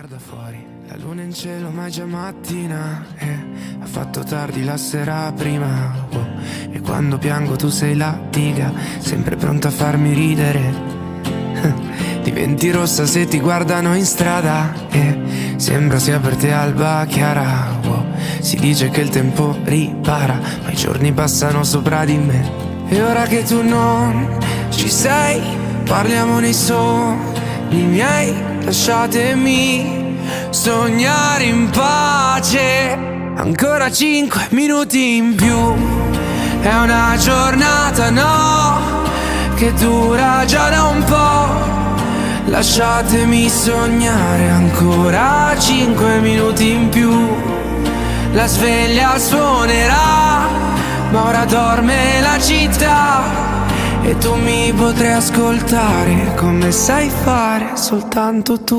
Guarda fuori, la luna in cielo ma è già mattina, ha fatto tardi la sera prima, e quando piango tu sei la diga, sempre pronta a farmi ridere. Diventi rossa se ti guardano in strada, sembra sia per te alba chiara, si dice che il tempo ripara, ma i giorni passano sopra di me. E ora che tu non ci sei, parliamo nei sogni miei, lasciatemi sognare in pace. Ancora 5 minuti in più, è una giornata, no, che dura già da un po'. Lasciatemi sognare ancora 5 minuti in più. La sveglia suonerà, ma ora dorme la città. E tu mi potrai ascoltare come sai fare soltanto tu.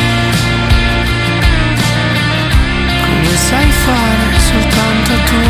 Come sai fare soltanto tu.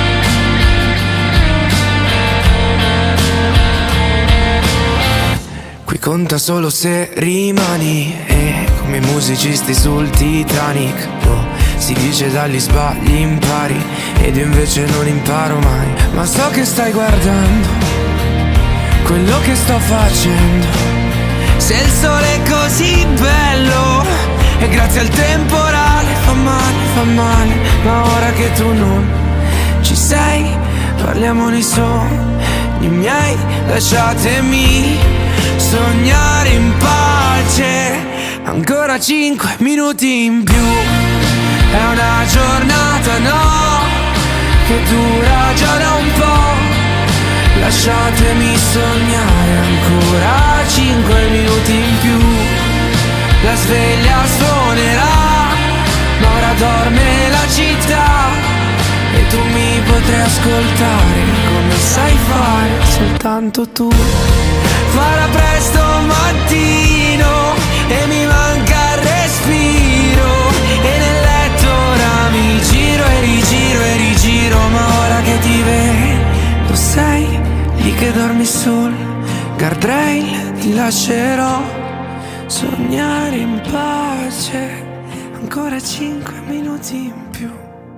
Qui conta solo se rimani, come i musicisti sul Titanic, si dice dagli sbagli impari, ed io invece non imparo mai. Ma so che stai guardando quello che sto facendo. Se il sole è così bello, e grazie al temporale fa male, ma ora che tu non ci sei, parliamo nei sogni miei, lasciatemi sognare in pace. Ancora 5 minuti in più, è una giornata, no, che dura già da un po'. Lasciatemi sognare ancora 5 minuti in più. La sveglia suonerà, ma ora dorme la città. E tu mi potrai ascoltare come sai fare soltanto tu. Farà presto mattino e mi manca il respiro, e nel letto ora mi giro e rigiro, ma ora che ti vedo sei lì che dormi sul guardrail. Ti lascerò sognare in pace ancora 5 minuti in più.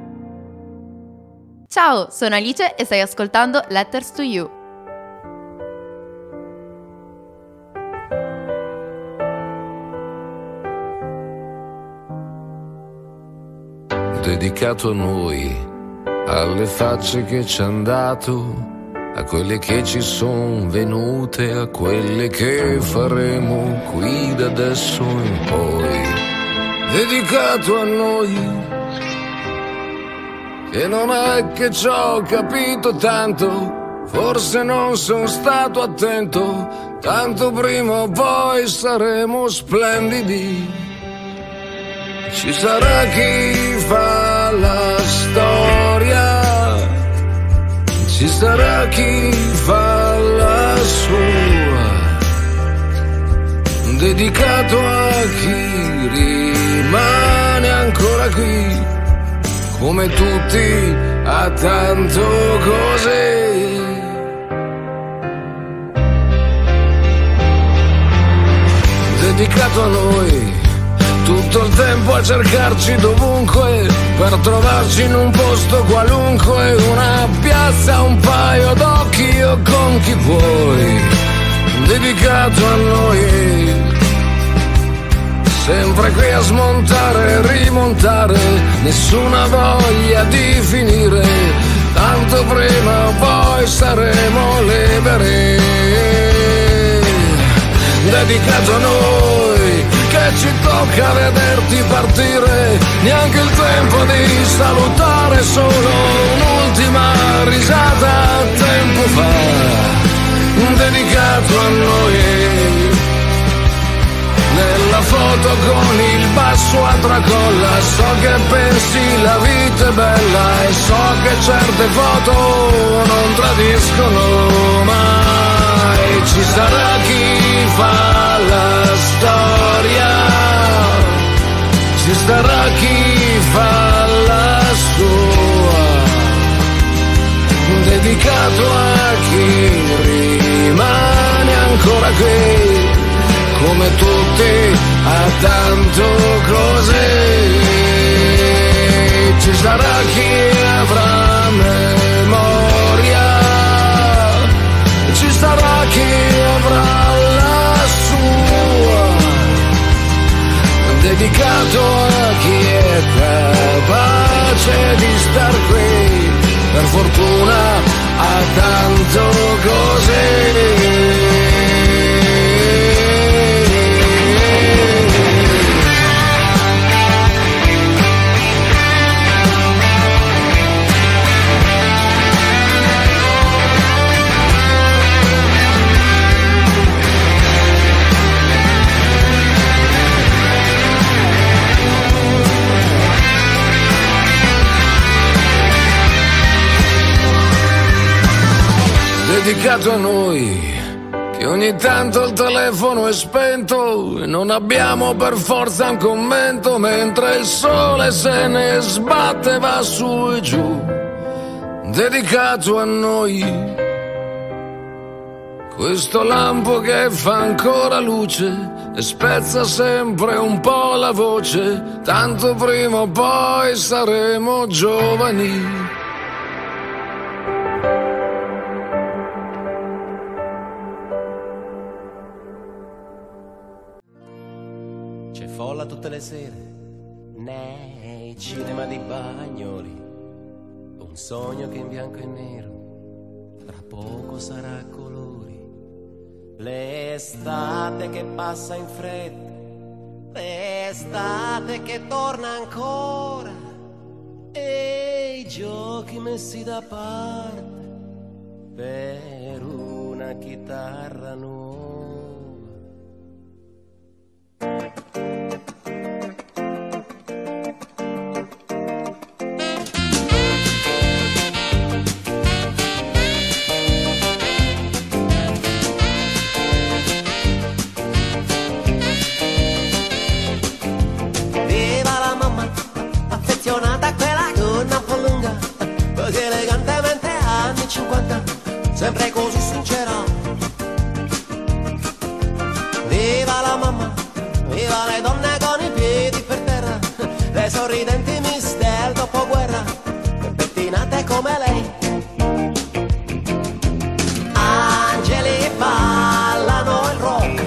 Ciao, sono Alice e stai ascoltando Letters to You. Dedicato a noi, alle facce che ci han dato, a quelle che ci son venute, a quelle che faremo qui da adesso in poi. Dedicato a noi, che non è che ci ho capito tanto, forse non sono stato attento, tanto prima o poi saremo splendidi. Ci sarà chi fa la storia, ci sarà chi fa la sua, dedicato a chi rimane ancora qui, come tutti a tanto così. Dedicato a noi, tutto il tempo a cercarci dovunque, per trovarci in un posto qualunque, una piazza, un paio d'occhi o con chi vuoi. Dedicato a noi, sempre qui a smontare e rimontare, nessuna voglia di finire, tanto prima o poi saremo liberi. Dedicato a noi, che ci tocca vederti partire, neanche il tempo di salutare, solo un'ultima risata tempo fa. Dedicato a noi, nella foto con il basso a tracolla, so che pensi la vita è bella e so che certe foto non tradiscono mai. Ci sarà chi fa la storia, ci sarà chi fa la sua, dedicato a chi rimane ancora qui, come come tutti a tanto così. Ci sarà chi avrà memoria, ci sarà chi avrà la sua, dedicato a chi è capace di star qui, per fortuna a tanto così. Dedicato a noi, che ogni tanto il telefono è spento e non abbiamo per forza un commento, mentre il sole se ne sbatte, va su e giù. Dedicato a noi, questo lampo che fa ancora luce e spezza sempre un po' la voce, tanto prima o poi saremo giovani. Folla tutte le sere nei cinema di Bagnoli, un sogno che in bianco e nero tra poco sarà a colori. L'estate che passa in fretta, l'estate che torna ancora, e i giochi messi da parte per una chitarra nuova. Sempre così sincera. Viva la mamma, viva le donne con i piedi per terra, le sorridenti miss del dopoguerra, pettinate come lei. Angeli ballano il rock,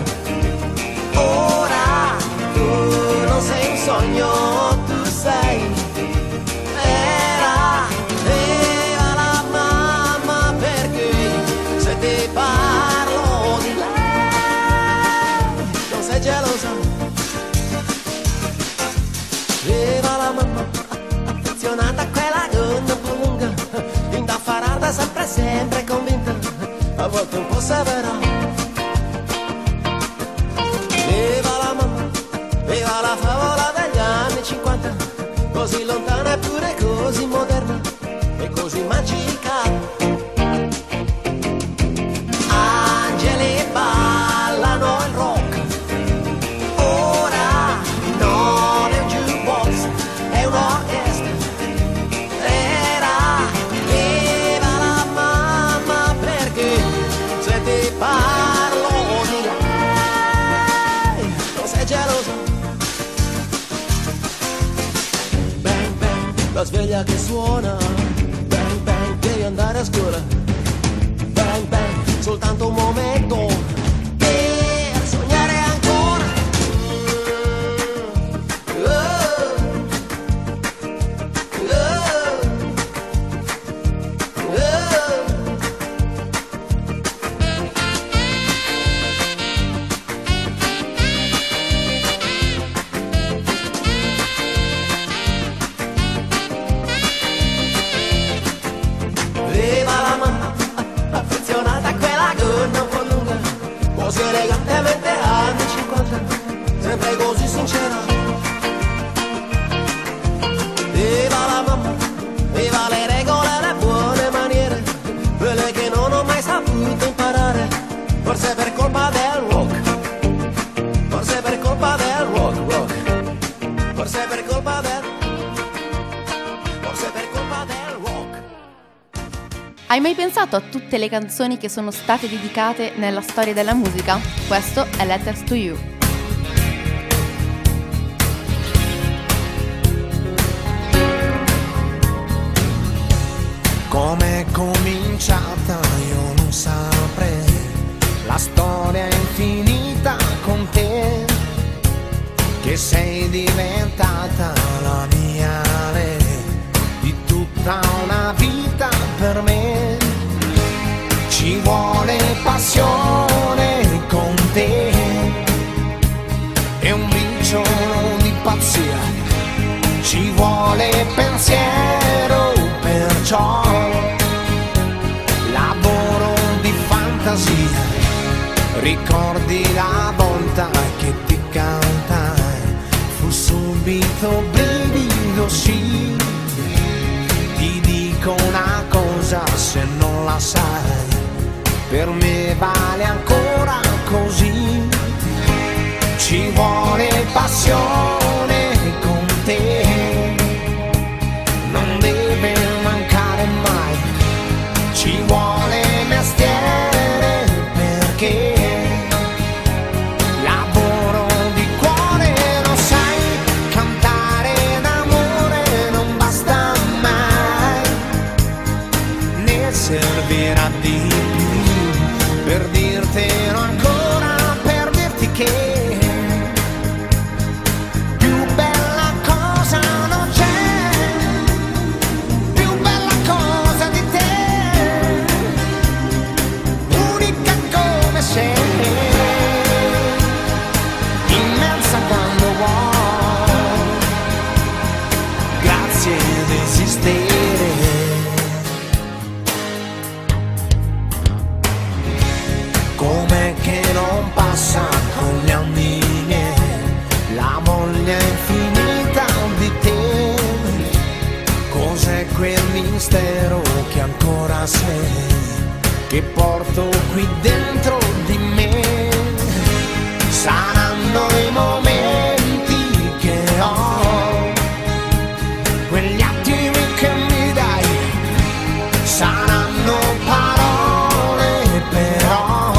ora tu non sei un sogno, tu sei. Sempre convinta, a volte un po' severa. Viva la mamma, viva la favola degli anni 50, così lontana eppure così moderna e così magica. Angeli ballano il rock, ora non è un jukebox, è un'orchestra. La sveglia che suona, bang bang, devi andare a scuola, bang bang, soltanto un momento per sognare ancora. Elegantemente anni 50, sempre così sincera. Viva la mamma, viva le regole e le buone maniere, quelle che non ho mai saputo imparare, forse per colpa del rock, forse per colpa del rock, forse per colpa del, forse per colpa del rock. Hai mai pensato a tutte le canzoni che sono state dedicate nella storia della musica? Questo è Letters to You. Com'è cominciata io non saprei, la storia è infinita con te, che sei diventata la mia lei, di tutta una vita per me. Ci vuole passione con te e un briciolo di pazzia, ci vuole pensiero, perciò lavoro di fantasia. Ricordi la volta che ti cantai, fu subito brivido, sì. Ti dico una cosa, se non la sai, per me vale ancora così. Ci vuole passione con te, non deve mancare mai. Ci vuole mestiere perché lavoro di cuore, lo sai, cantare d'amore non basta mai, ne servirà di più per dirtelo ancora, per dirti che com'è che non passa con gli anni miei la voglia infinita di te. Cos'è quel mistero che ancora sei, che porto qui dentro di me? Saranno i momenti che ho, quegli attimi che mi dai, saranno parole però,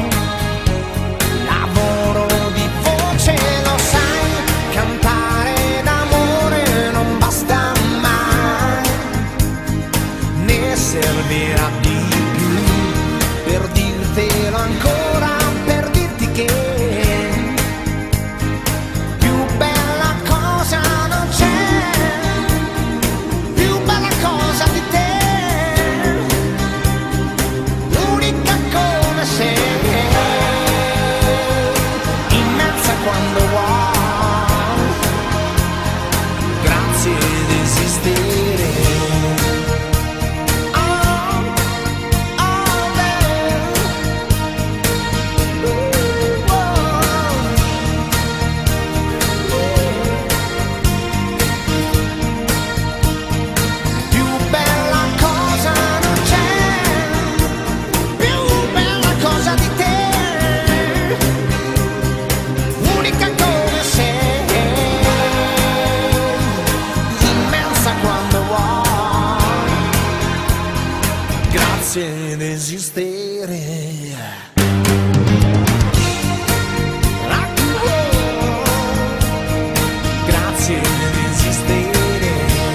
lavoro di voce, lo sai, cantare d'amore non basta mai, ne servirà di più per dirtelo ancora, per dirti che ed esistere. Grazie ed esistere.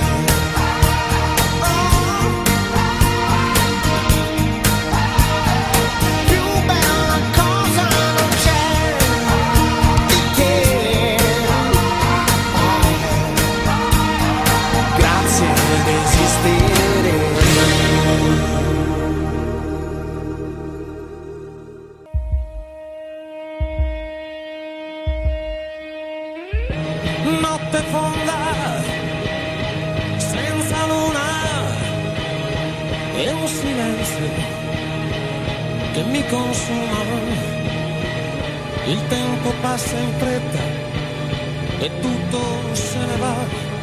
Più bella cosa non c'è di te. Grazie ed esistere. Notte fonda, senza luna, e un silenzio che mi consuma. Il tempo passa in fretta e tutto se ne va,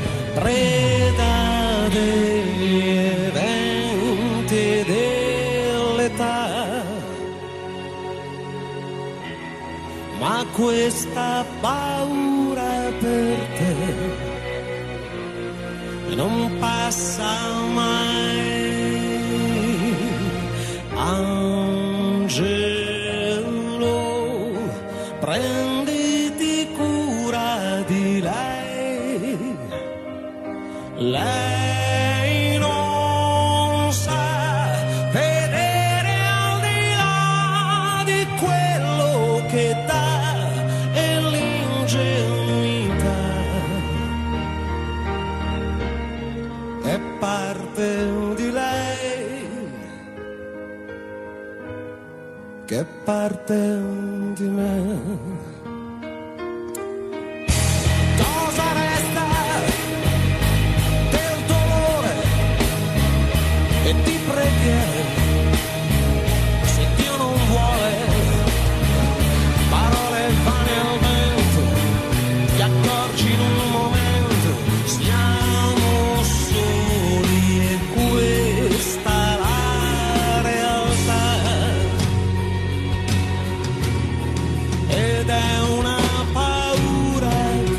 preda degli eventi dell'età. Ma questa paura per te non passa mai. Angelo, prenditi cura di lei. Lei non sa che dà e l'ingenuità è parte di lei, che è parte di me. Cosa resta del dolore e di preghiere se Dio non vuole? Parole vane al vento, ti accorgi in un momento, siamo soli e questa è la realtà. Ed è una paura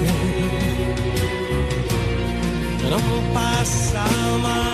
che non passa mai.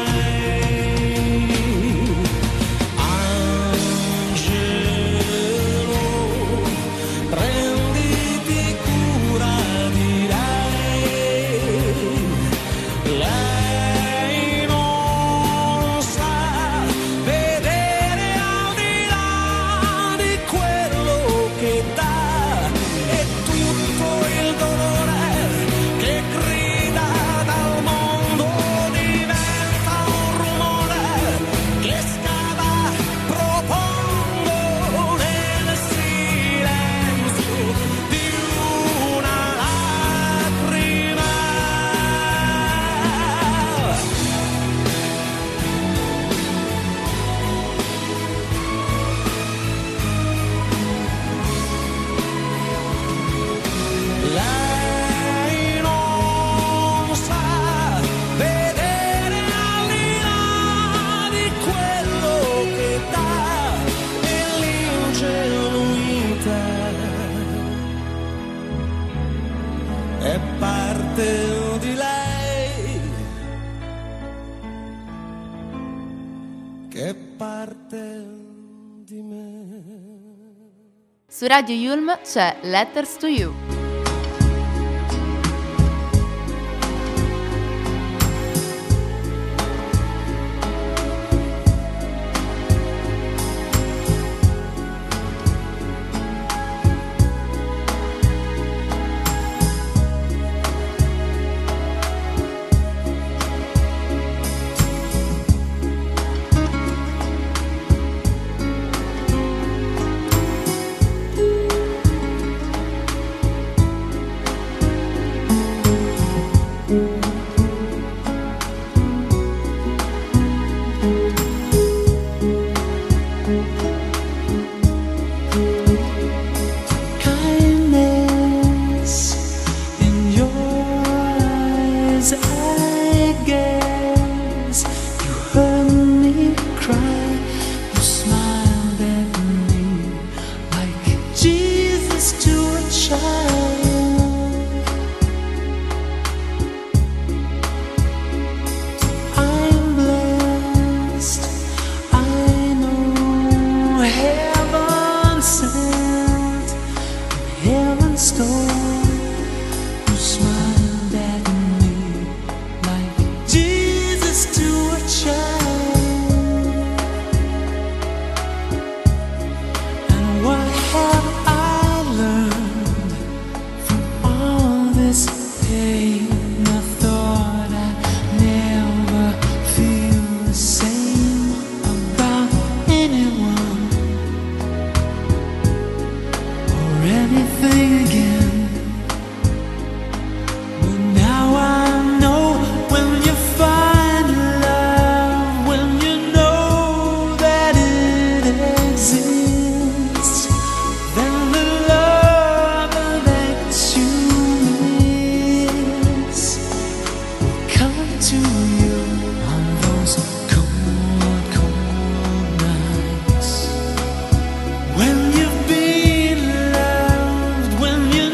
È parte di lei, che è parte di me. Su Radio Yulm c'è Letters to You. When you've been loved, when you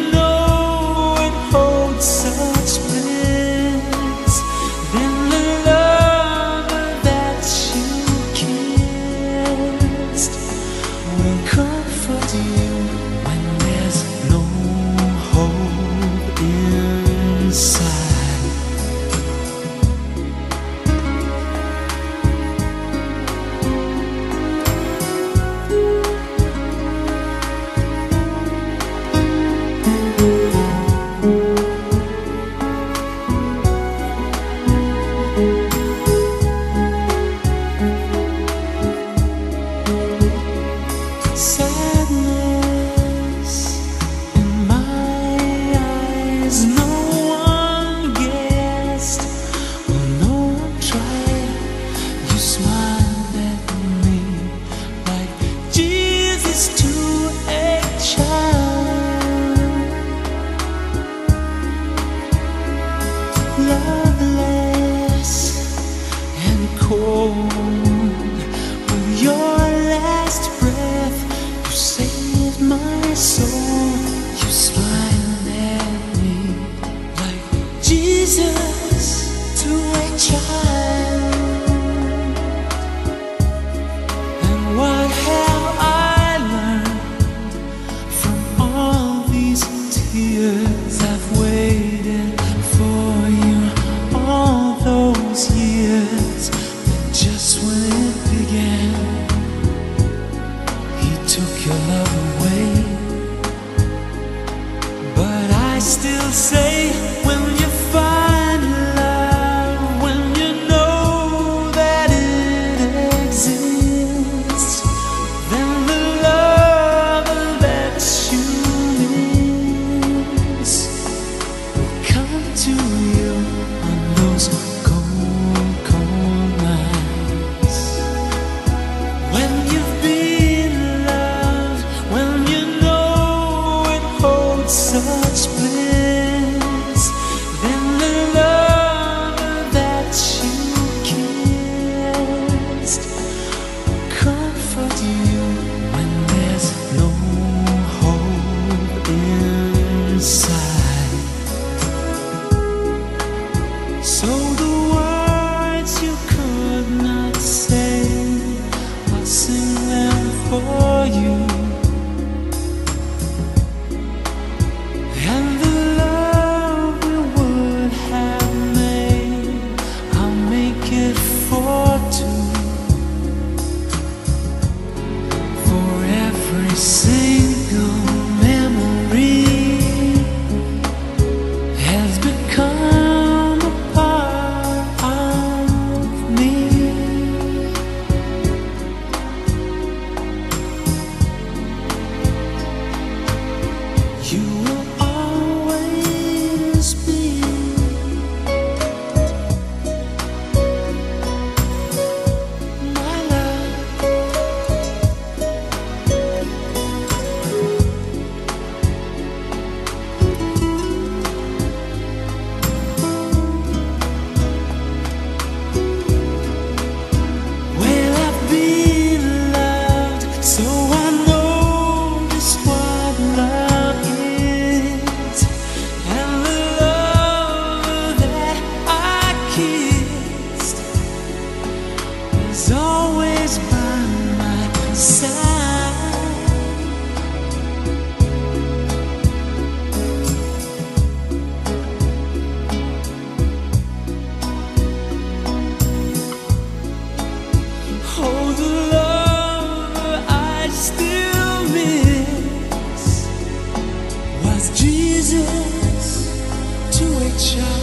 So you smile at me like Jesus to a child. And what have I learned from all these tears? I've waited for you all those years, and just when it began, he took your love away. But I still say, when you find love, when you know that it exists, then the love that you miss will come to you on those cold, cold nights. When you've been loved, when you know it holds such bliss, then the love that you kissed will comfort you when there's no hope inside. So the words you could not say, I'll sing them for you. And the love we would have made, I'll make it for two. For every single memory has become a part of me. You will always be my love. Well, I've been loved, so I know just what love is. And the love that I kissed is always by my side. Oh, the love I still miss was Jesus to a child.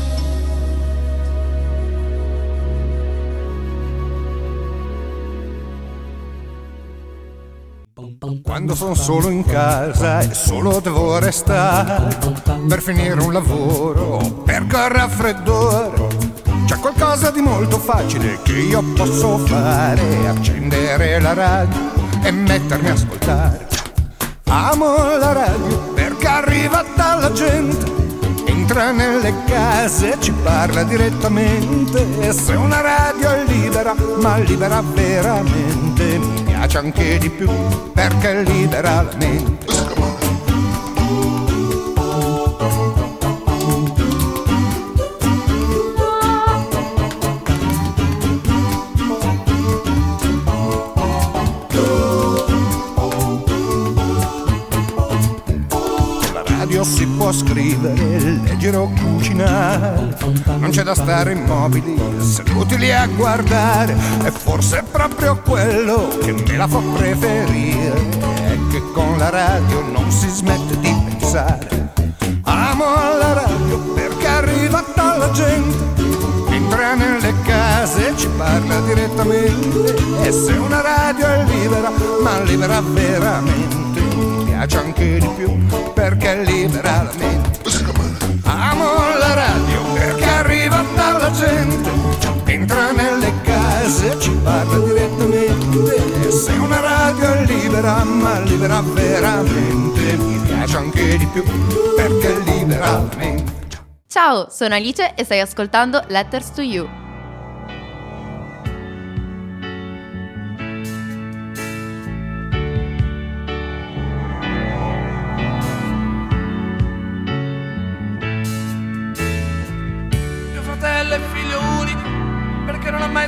Quando sono solo in casa e solo devo restare per finire un lavoro o per quel raffreddore, c'è qualcosa di molto facile che io posso fare: accendere la radio e mettermi a ascoltare. Amo la radio perché arriva dalla gente, entra nelle case e ci parla direttamente. E se una radio è libera, ma libera veramente, mi piace anche di più perché libera la mente. Si può scrivere, leggere o cucinare, non c'è da stare immobili, seduti lì a guardare. E forse è proprio quello che me la fa preferire, è che con la radio non si smette di pensare. Amo la radio perché arriva dalla gente, entra nelle case e ci parla direttamente. E se una radio è libera, ma libera veramente, mi piace anche di più perché libera la mente. Amo la radio perché arriva dalla gente, entra nelle case e ci parla direttamente. E se una radio è libera, ma libera veramente, mi piace anche di più perché libera la mente. Ciao, sono Alice e stai ascoltando Letters to You.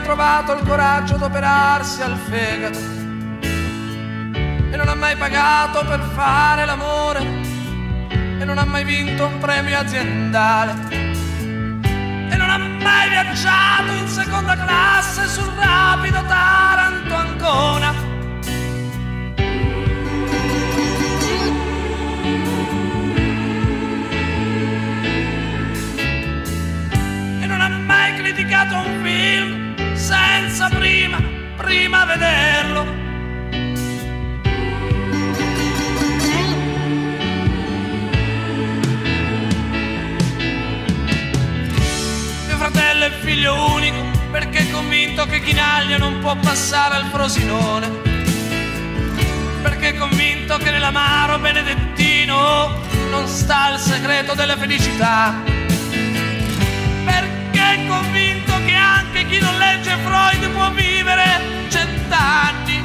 mai trovato il coraggio d'operarsi al fegato e non ha mai pagato per fare l'amore e non ha mai vinto un premio aziendale e non ha mai viaggiato in seconda classe sul rapido Taranto-Ancona. Criticato un film senza prima vederlo. Mio fratello è figlio unico perché è convinto che Chinaglia non può passare al Frosinone, perché è convinto che nell'amaro benedettino non sta il segreto della felicità, è convinto che anche chi non legge Freud può vivere 100 anni.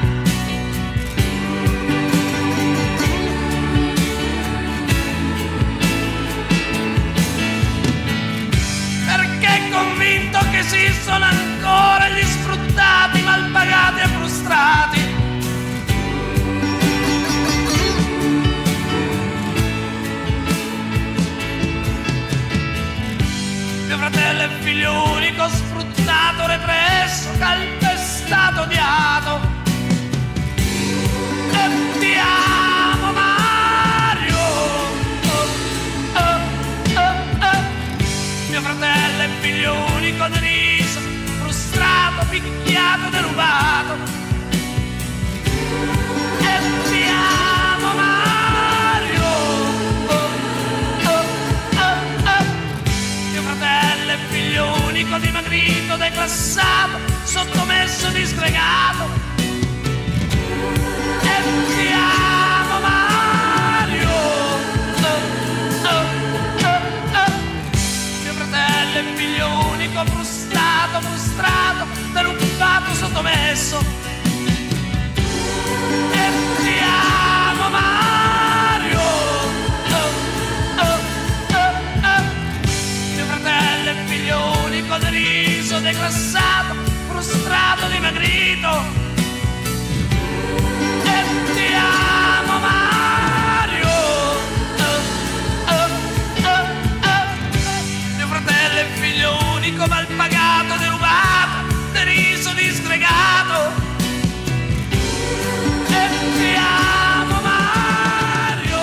Perché è convinto che esistono ancora gli sfruttati, malpagati e frustrati. Mio fratello è figlio unico, sfruttato, represso, calpestato, odiato. E ti amo Mario. Mio fratello è figlio unico, deriso, frustrato, picchiato, derubato. E ti amo Mario. Figlio unico, dimagrito, declassato, sottomesso, disgregato. E ti amo Mario. Mio fratello è figlio unico, frustrato, derubato, sottomesso. E ti amo Mario. Mio fratello è figlio unico, deriso, declassato, frustrato, dimagrito. E ti amo Mario. Mio fratello è figlio unico, malpagato, derubato, deriso, disgregato. E ti amo Mario.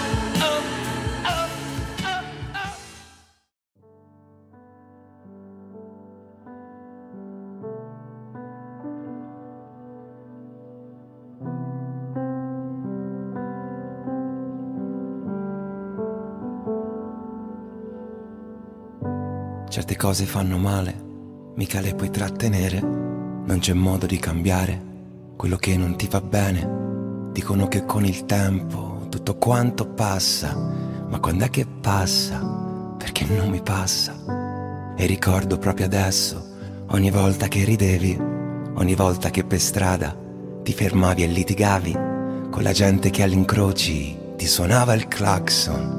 Certe cose fanno male, mica le puoi trattenere. Non c'è modo di cambiare quello che non ti va bene. Dicono che con il tempo tutto quanto passa, ma quando è che passa? Perché non mi passa. E ricordo proprio adesso, ogni volta che ridevi, ogni volta che per strada ti fermavi e litigavi con la gente che agli incroci ti suonava il clacson.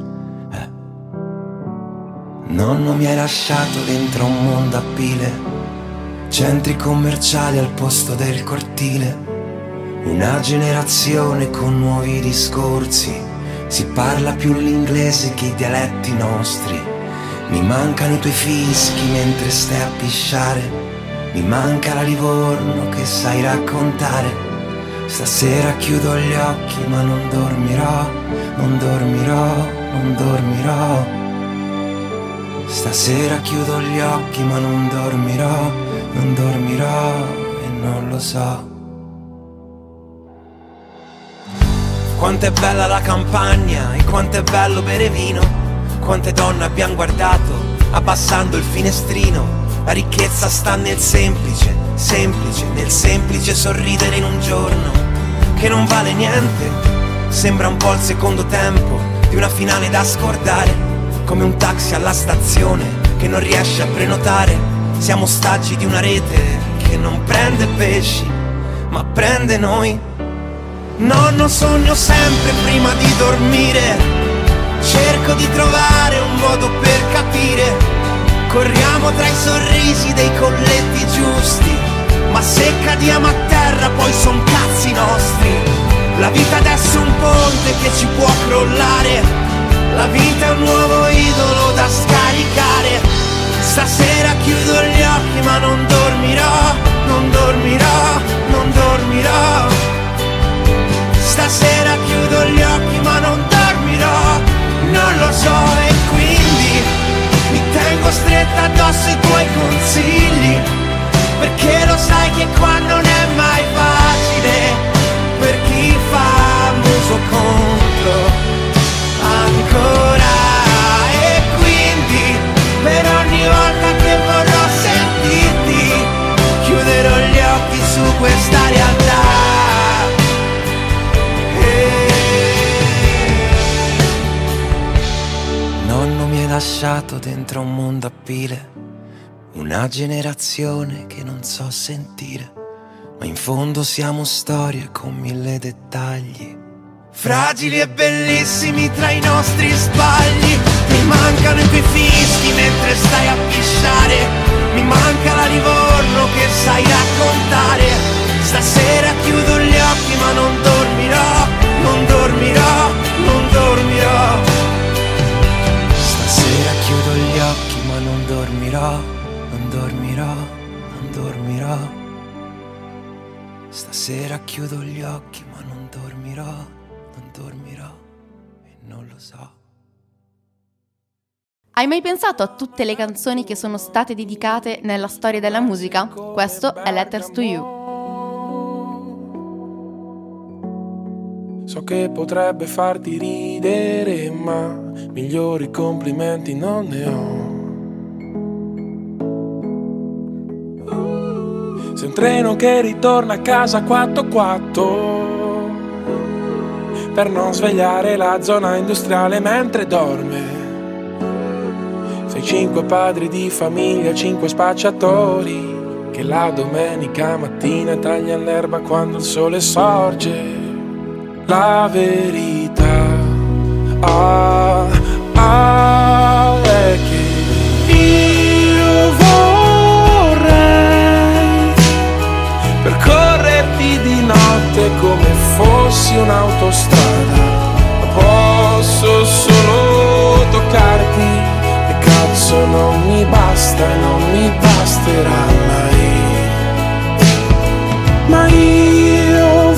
Nonno, mi hai lasciato dentro un mondo a pile, centri commerciali al posto del cortile, una generazione con nuovi discorsi, si parla più l'inglese che i dialetti nostri. Mi mancano i tuoi fischi mentre stai a pisciare, mi manca la Livorno che sai raccontare. Stasera chiudo gli occhi ma non dormirò, non dormirò, non dormirò. Stasera chiudo gli occhi ma non dormirò, non dormirò e non lo so. Quanto è bella la campagna e quanto è bello bere vino, quante donne abbiamo guardato abbassando il finestrino. La ricchezza sta nel semplice, semplice, nel semplice sorridere in un giorno che non vale niente. Sembra un po' il secondo tempo di una finale da scordare, come un taxi alla stazione che non riesce a prenotare. Siamo ostaggi di una rete che non prende pesci, ma prende noi. Nonno, sogno sempre prima di dormire, cerco di trovare un modo per capire corriamo tra i sorrisi dei colletti giusti, ma se cadiamo a terra poi son cazzi nostri. La vita adesso è un ponte che ci può crollare, la vita è un nuovo idolo da scaricare. Stasera chiudo gli occhi ma non dormirò, non dormirò, non dormirò. Stasera chiudo gli occhi ma non dormirò, non lo so. E quindi mi tengo stretta addosso i tuoi consigli, perché lo sai che qua non è mai facile per chi fa muso contro ancora. E quindi per ogni volta che vorrò sentirti chiuderò gli occhi su questa realtà. Nonno mi hai lasciato dentro un mondo a pile, una generazione che non so sentire, ma in fondo siamo storie con 1000 dettagli, fragili e bellissimi tra i nostri sbagli. Mi mancano i tuoi fischi mentre stai a pisciare, mi manca la Livorno che sai raccontare. Stasera chiudo gli occhi ma non dormirò, non dormirò, non dormirò. Stasera chiudo gli occhi ma non dormirò, non dormirò, non dormirò. Stasera chiudo gli occhi ma non dormirò, non dormirò e non lo so. Hai mai pensato a tutte le canzoni che sono state dedicate nella storia della musica? Questo è Letters to You. So che potrebbe farti ridere, ma migliori complimenti non ne ho. Sei un treno che ritorna a casa 4-4 per non svegliare la zona industriale mentre dorme. Sei 5 padri di famiglia, 5 spacciatori che la domenica mattina tagliano l'erba quando il sole sorge. La verità è che io vorrei percorrerti di notte come fossi un'autostrada, ma posso solo toccarti e cazzo non mi basta e non mi basterà mai. Ma io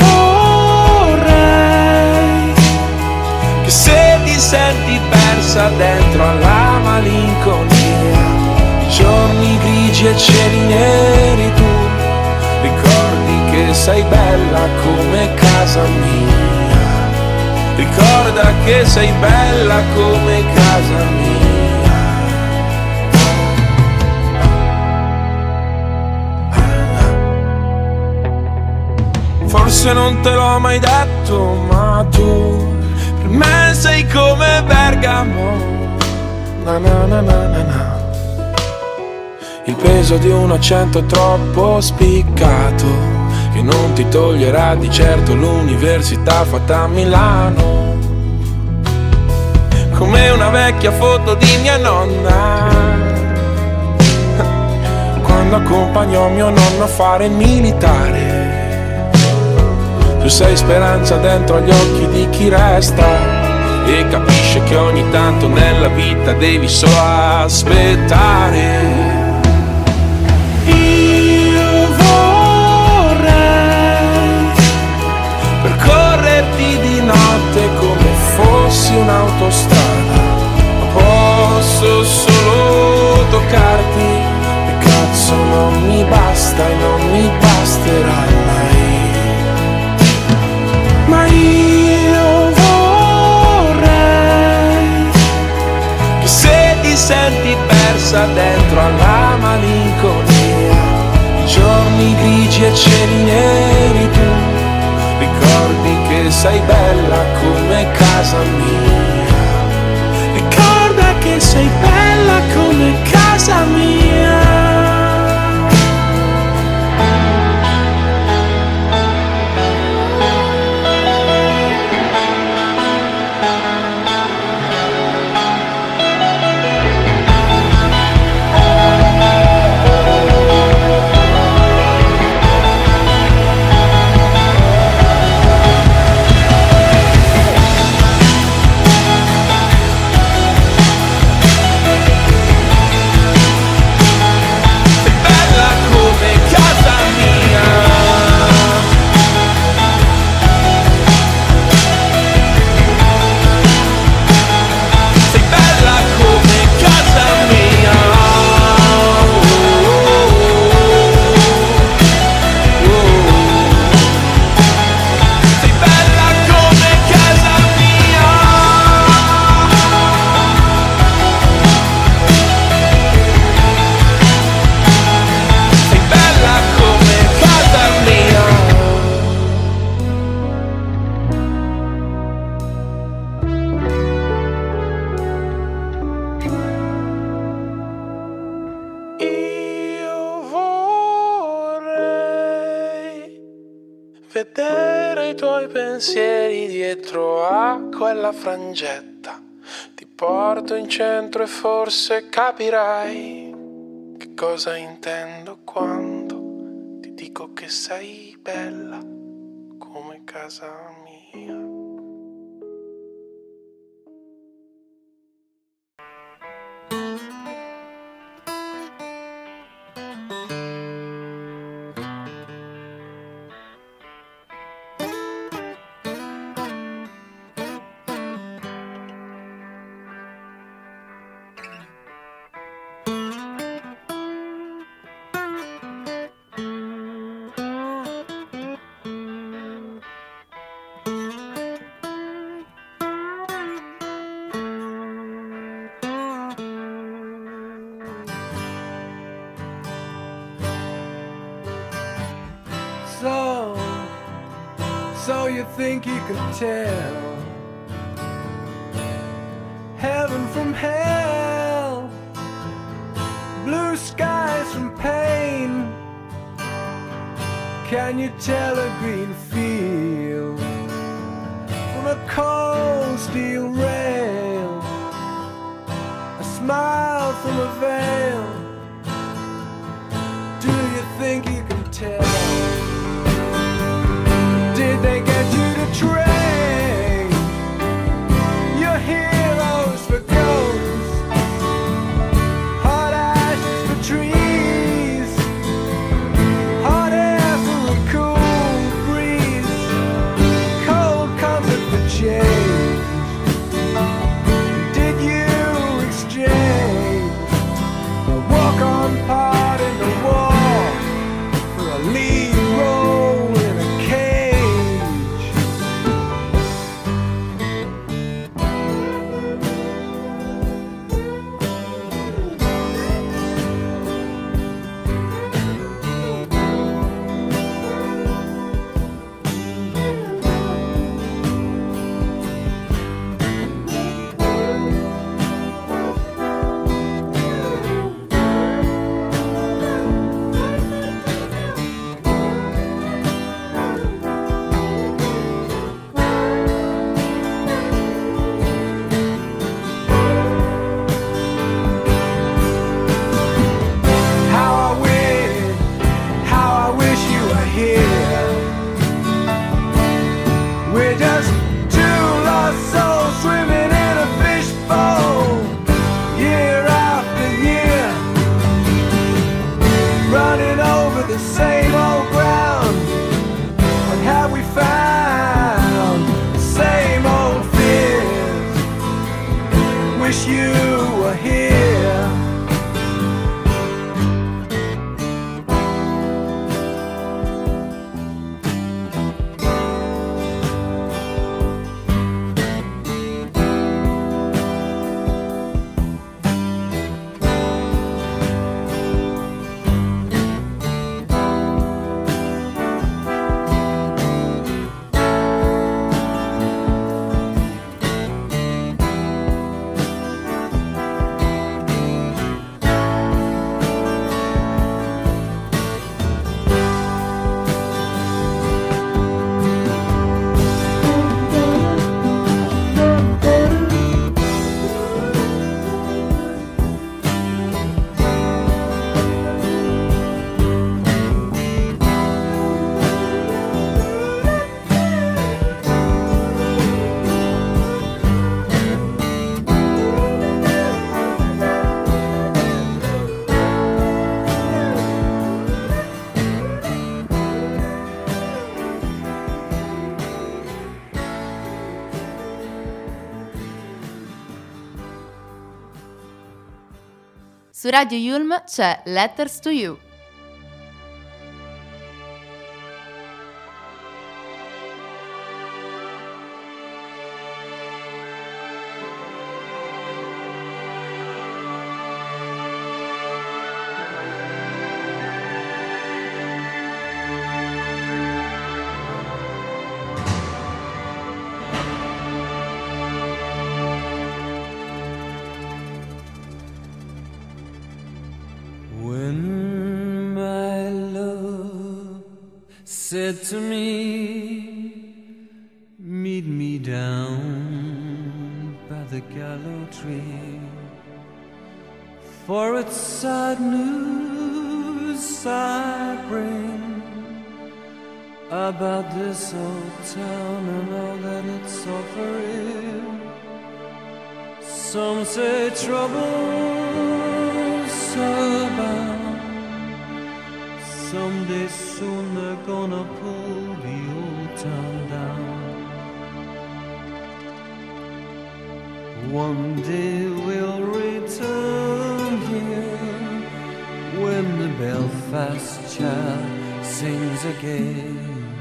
vorrei che se ti senti persa dentro alla malinconia, i giorni grigi e cieli neri, tu ricordi che sei bella come casa mia. Ricorda che sei bella come casa mia. Forse non te l'ho mai detto, ma tu per me sei come Bergamo. Na na na na na na. Il peso di un accento troppo spiccato che non ti toglierà di certo l'università fatta a Milano. Come una vecchia foto di mia nonna, quando accompagnò mio nonno a fare il militare. Tu sei speranza dentro agli occhi di chi resta e capisce che ogni tanto nella vita devi solo aspettare. Io vorrei percorrerti di notte come fossi un'autostrada, ma posso solo toccarti e cazzo non mi basta e non mi basterà mai. Ma io vorrei che se ti senti persa dentro alla malinconia, i giorni grigi e cieli neri, tu ricordi che sei bella come casa mia. Ricorda che sei bella come casa mia. tuoi pensieri dietro a quella frangetta. Ti porto in centro e forse capirai che cosa intendo quando ti dico che sei bella come casa mia. So you think you can tell heaven from hell, blue skies from pain? Can you tell a green field from a cold steel rail, a smile from a veil? Do you think you can tell? Did they get you to train your heroes for ghosts, hot ashes for trees, hot air for a cool breeze, cold comfort for change? Did you exchange a walk-on part in the war for a lead role in a cage? We're just two lost souls swimming in a fishbowl, year after year, running over the same old ground. And have we found the same old fears? Wish you were here. Su Radio Yulm c'è Letters to You. When my love said to me, the gallows tree. For it's sad news I bring about this old town and all that it's offering. Some say trouble's abound. Someday soon they're gonna pull the old town down. One day we'll return here when the Belfast child sings again.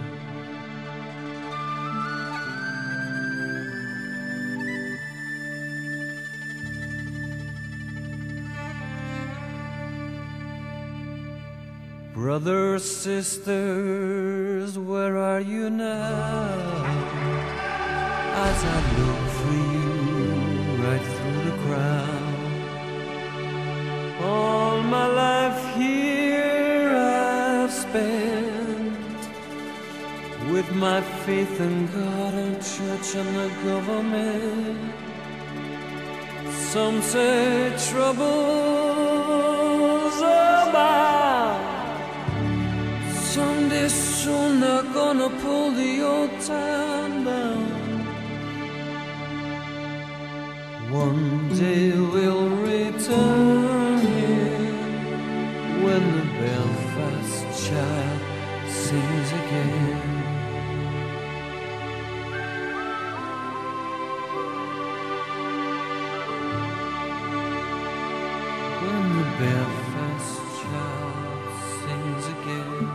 Brothers, sisters, where are you now? As I look for you right through the crowd. All my life here I've spent with my faith in God and church and the government. Some say trouble's abound. Someday soon they're gonna pull the old town down. One day we'll return here when the Belfast child sings again. When the Belfast child sings again.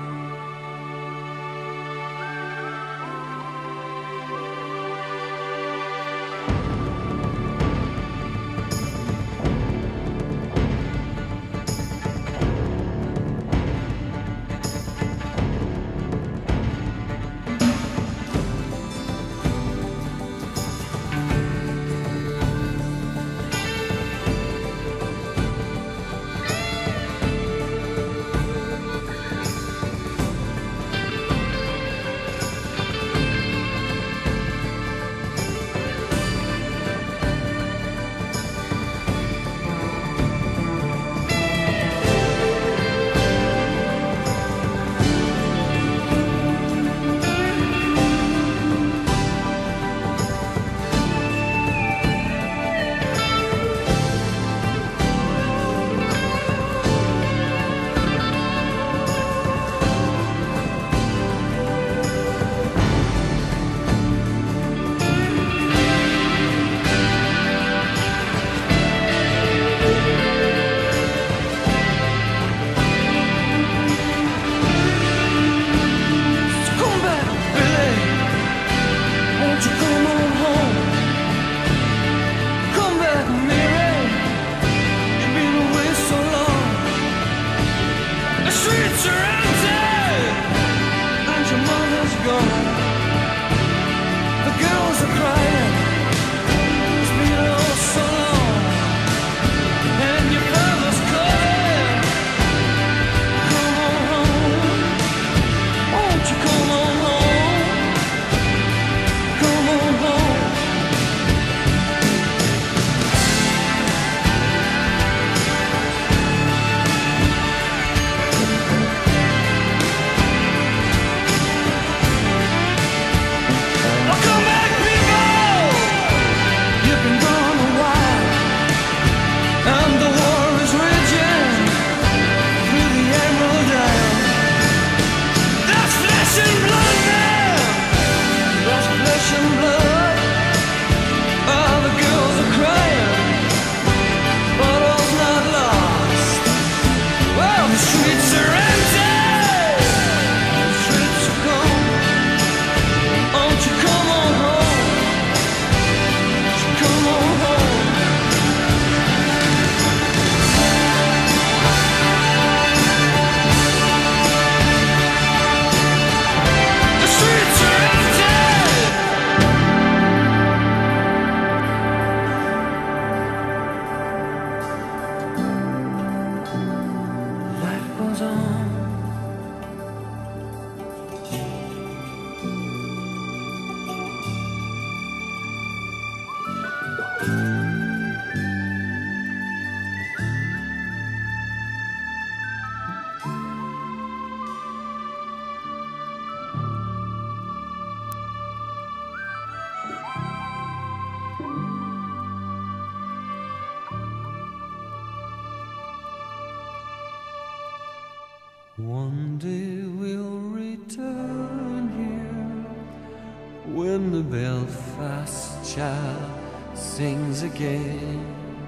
Someday we'll return here when the Belfast child sings again.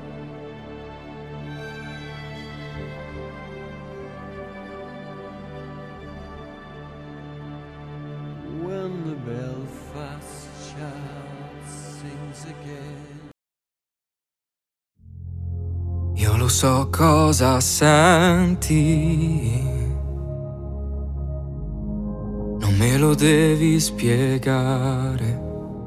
When the Belfast child sings again. Io lo so cosa senti, non me lo devi spiegare.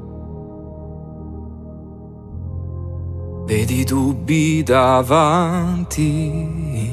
Vedi dubbi davanti,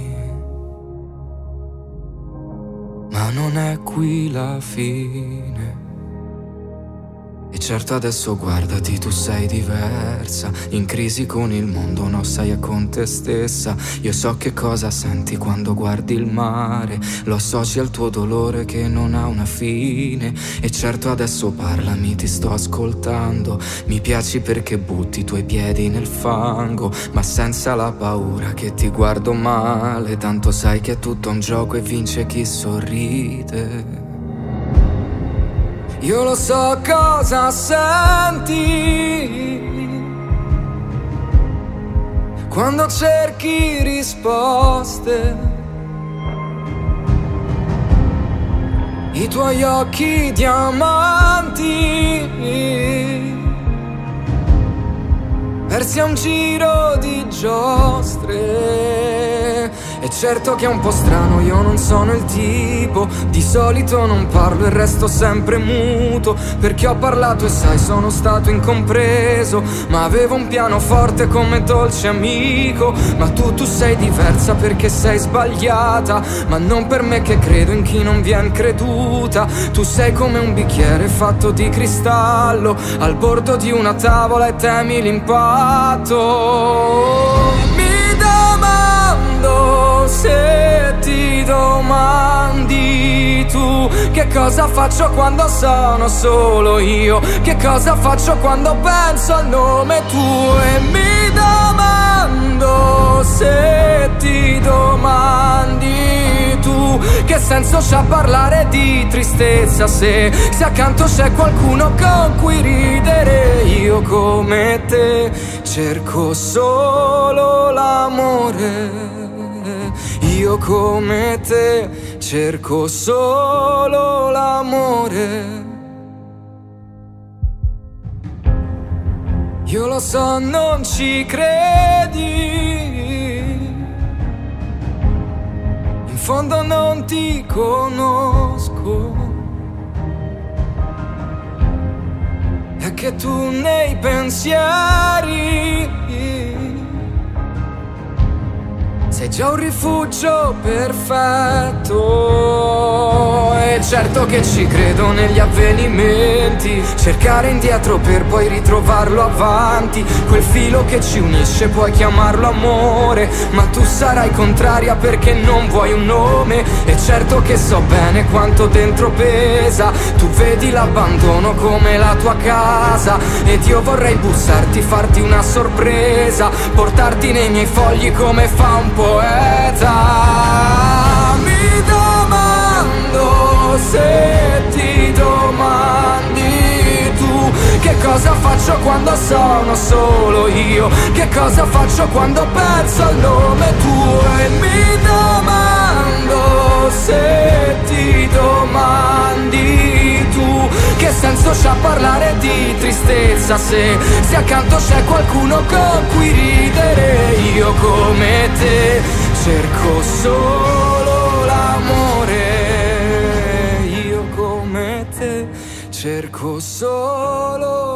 ma non è qui la fine. E certo adesso guardati, tu sei diversa, in crisi con il mondo, no, sei con te stessa. Io so che cosa senti quando guardi il mare, lo associ al tuo dolore che non ha una fine. E certo adesso parlami, ti sto ascoltando, mi piaci perché butti i tuoi piedi nel fango, ma senza la paura che ti guardo male, tanto sai che è tutto un gioco e vince chi sorride. Io lo so cosa senti quando cerchi risposte. I tuoi occhi diamanti persi a un giro di giostre. E certo che è un po' strano, io non sono il tipo, di solito non parlo e resto sempre muto, perché ho parlato e sai sono stato incompreso, ma avevo un pianoforte come dolce amico. Ma tu sei diversa perché sei sbagliata, ma non per me che credo in chi non vien creduta. Tu sei come un bicchiere fatto di cristallo, al bordo di una tavola e temi l'impatto. Mi domando se ti domandi tu che cosa faccio quando sono solo io, che cosa faccio quando penso al nome tuo. E mi domando se ti domandi tu che senso c'ha parlare di tristezza se accanto c'è qualcuno con cui ridere. Io come te cerco solo l'amore, io come te cerco solo l'amore. Io lo so, non ci credi, in fondo non ti conosco, è che tu nei pensieri sei già un rifugio perfetto. E certo che ci credo negli avvenimenti, cercare indietro per poi ritrovarlo avanti. Quel filo che ci unisce puoi chiamarlo amore, ma tu sarai contraria perché non vuoi un nome. E certo che so bene quanto dentro pesa, tu vedi l'abbandono come la tua casa, ed io vorrei bussarti, farti una sorpresa, portarti nei miei fogli come fa un poeta. Mi domando se ti domandi tu che cosa faccio quando sono solo io, che cosa faccio quando penso al nome tuo. E mi domando se ti domandi tu che senso c'ha parlare di tristezza se accanto c'è qualcuno con cui ridere. Io come te cerco solo l'amore, io come te cerco solo